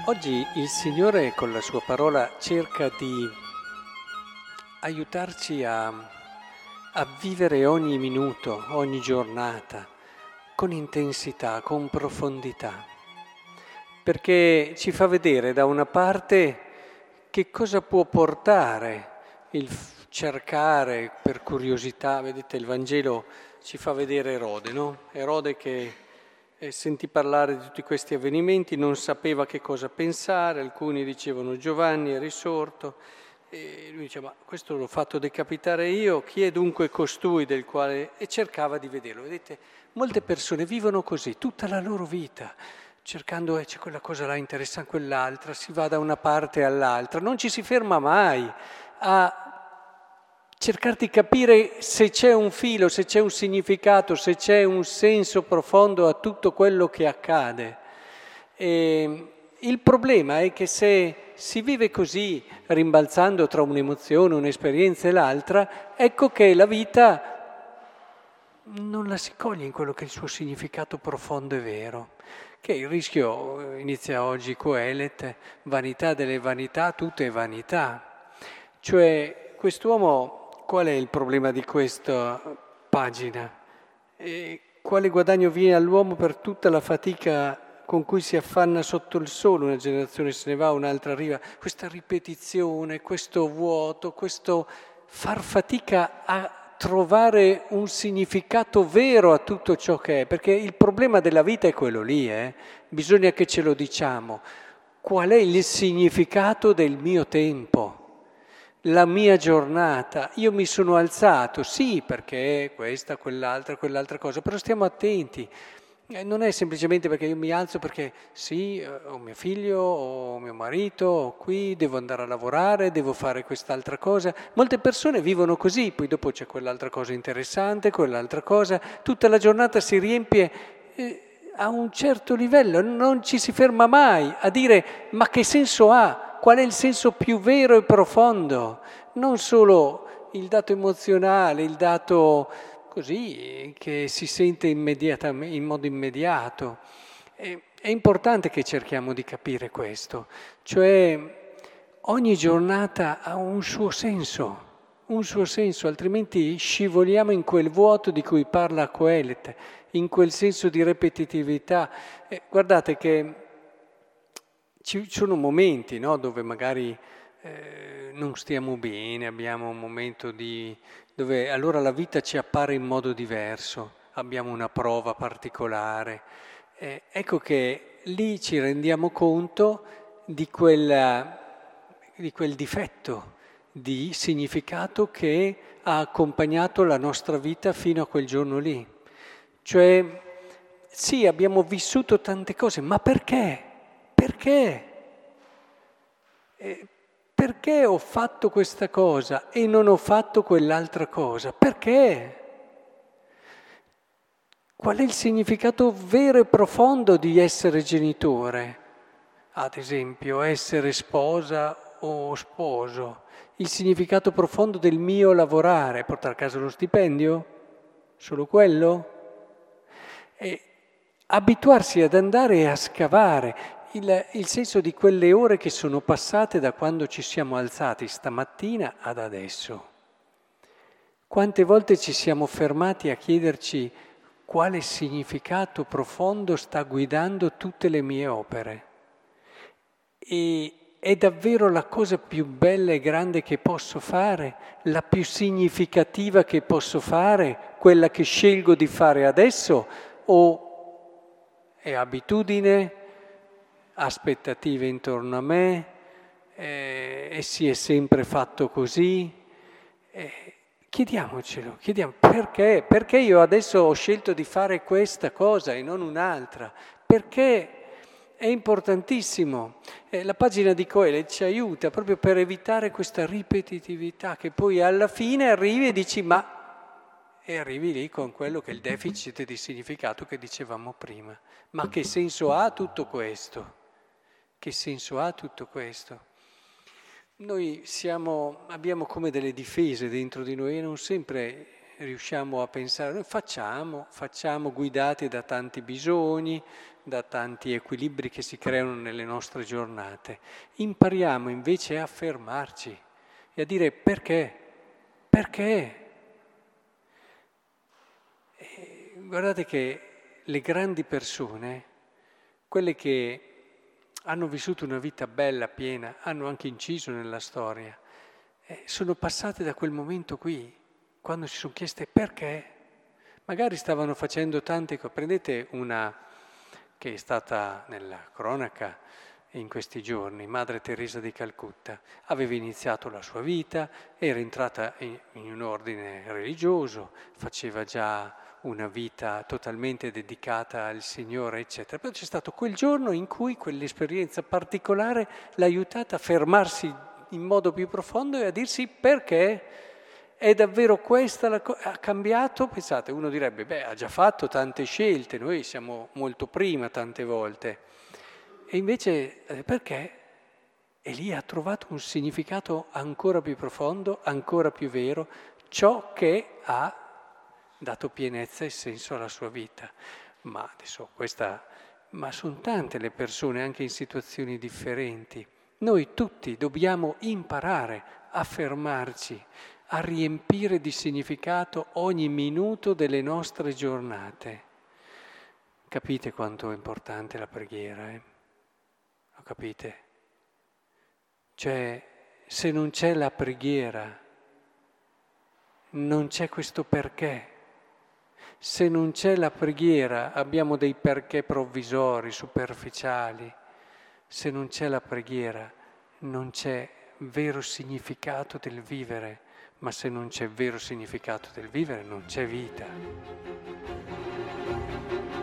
Oggi il Signore con la sua parola cerca di aiutarci a vivere ogni minuto, ogni giornata, con intensità, con profondità, perché ci fa vedere da una parte che cosa può portare il cercare per curiosità. Vedete, il Vangelo ci fa vedere Erode, no? Erode che sentì parlare di tutti questi avvenimenti, non sapeva che cosa pensare, alcuni dicevano Giovanni è risorto, e lui diceva ma questo l'ho fatto decapitare io, chi è dunque costui del quale... e cercava di vederlo. Vedete, molte persone vivono così tutta la loro vita, cercando c'è quella cosa là, interessa quell'altra, si va da una parte all'altra, non ci si ferma mai a cercare di capire se c'è un filo, se c'è un significato, se c'è un senso profondo a tutto quello che accade. E il problema è che se si vive così, rimbalzando tra un'emozione, un'esperienza e l'altra, ecco che la vita non la si coglie in quello che è il suo significato profondo e vero. Che il rischio, inizia oggi Coelet, vanità delle vanità, tutto è vanità. Cioè, quest'uomo... Qual è il problema di questa pagina? Quale guadagno viene all'uomo per tutta la fatica con cui si affanna sotto il sole? Una generazione se ne va, un'altra arriva. Questa ripetizione, questo vuoto, questo far fatica a trovare un significato vero a tutto ciò che è. Perché il problema della vita è quello lì, bisogna che ce lo diciamo. Qual è il significato del mio tempo? La mia giornata, io mi sono alzato, sì, perché questa, quell'altra cosa, però stiamo attenti. Non è semplicemente perché io mi alzo perché sì, ho mio figlio, ho mio marito, ho qui, devo andare a lavorare, devo fare quest'altra cosa. Molte persone vivono così, poi dopo c'è quell'altra cosa interessante, quell'altra cosa, tutta la giornata si riempie a un certo livello, non ci si ferma mai a dire ma che senso ha? Qual è il senso più vero e profondo? Non solo il dato emozionale, il dato così che si sente in modo immediato. È importante che cerchiamo di capire questo, cioè ogni giornata ha un suo senso, altrimenti scivoliamo in quel vuoto di cui parla Coelet, in quel senso di ripetitività. Guardate che ci sono momenti, no, dove magari non stiamo bene, abbiamo un momento dove allora la vita ci appare in modo diverso, abbiamo una prova particolare. Ecco che lì ci rendiamo conto di quel difetto di significato che ha accompagnato la nostra vita fino a quel giorno lì. Cioè, sì, abbiamo vissuto tante cose, ma perché? Perché? Perché ho fatto questa cosa e non ho fatto quell'altra cosa? Perché? Qual è il significato vero e profondo di essere genitore? Ad esempio, essere sposa o sposo. Il significato profondo del mio lavorare, portare a casa lo stipendio? Solo quello? E abituarsi ad andare e a scavare il senso di quelle ore che sono passate da quando ci siamo alzati stamattina ad adesso. Quante volte ci siamo fermati a chiederci quale significato profondo sta guidando tutte le mie opere? E è davvero la cosa più bella e grande che posso fare, la più significativa che posso fare, quella che scelgo di fare adesso, o è abitudine, aspettative intorno a me, e si è sempre fatto così? Chiediamocelo, chiediamo perché? Perché io adesso ho scelto di fare questa cosa e non un'altra? Perché? È importantissimo. La pagina di Coelet ci aiuta proprio per evitare questa ripetitività che poi alla fine arrivi e dici e arrivi lì con quello che è il deficit di significato che dicevamo prima. Ma che senso ha tutto questo? Che senso ha tutto questo? Noi abbiamo come delle difese dentro di noi e non sempre riusciamo a pensare, noi facciamo guidati da tanti bisogni, da tanti equilibri che si creano nelle nostre giornate. Impariamo invece a fermarci e a dire perché? Perché? E guardate che le grandi persone, quelle che hanno vissuto una vita bella, piena, hanno anche inciso nella storia, sono passate da quel momento qui, quando si sono chieste perché. Magari stavano facendo tante cose. Prendete una che è stata nella cronaca in questi giorni, Madre Teresa di Calcutta. Aveva iniziato la sua vita, era entrata in un ordine religioso, faceva già una vita totalmente dedicata al Signore, eccetera. Poi c'è stato quel giorno in cui quell'esperienza particolare l'ha aiutata a fermarsi in modo più profondo e a dirsi perché è davvero questa la cosa. Ha cambiato, pensate, uno direbbe, beh, ha già fatto tante scelte, noi siamo molto prima tante volte. E invece, perché? E lì ha trovato un significato ancora più profondo, ancora più vero, ciò che ha dato pienezza e senso alla sua vita. Ma adesso ma sono tante le persone anche in situazioni differenti. Noi tutti dobbiamo imparare a fermarci, a riempire di significato ogni minuto delle nostre giornate. Capite quanto è importante la preghiera, eh? Lo capite? Cioè, se non c'è la preghiera, non c'è questo perché. Se non c'è la preghiera, abbiamo dei perché provvisori, superficiali. Se non c'è la preghiera, non c'è vero significato del vivere, ma se non c'è vero significato del vivere, non c'è vita.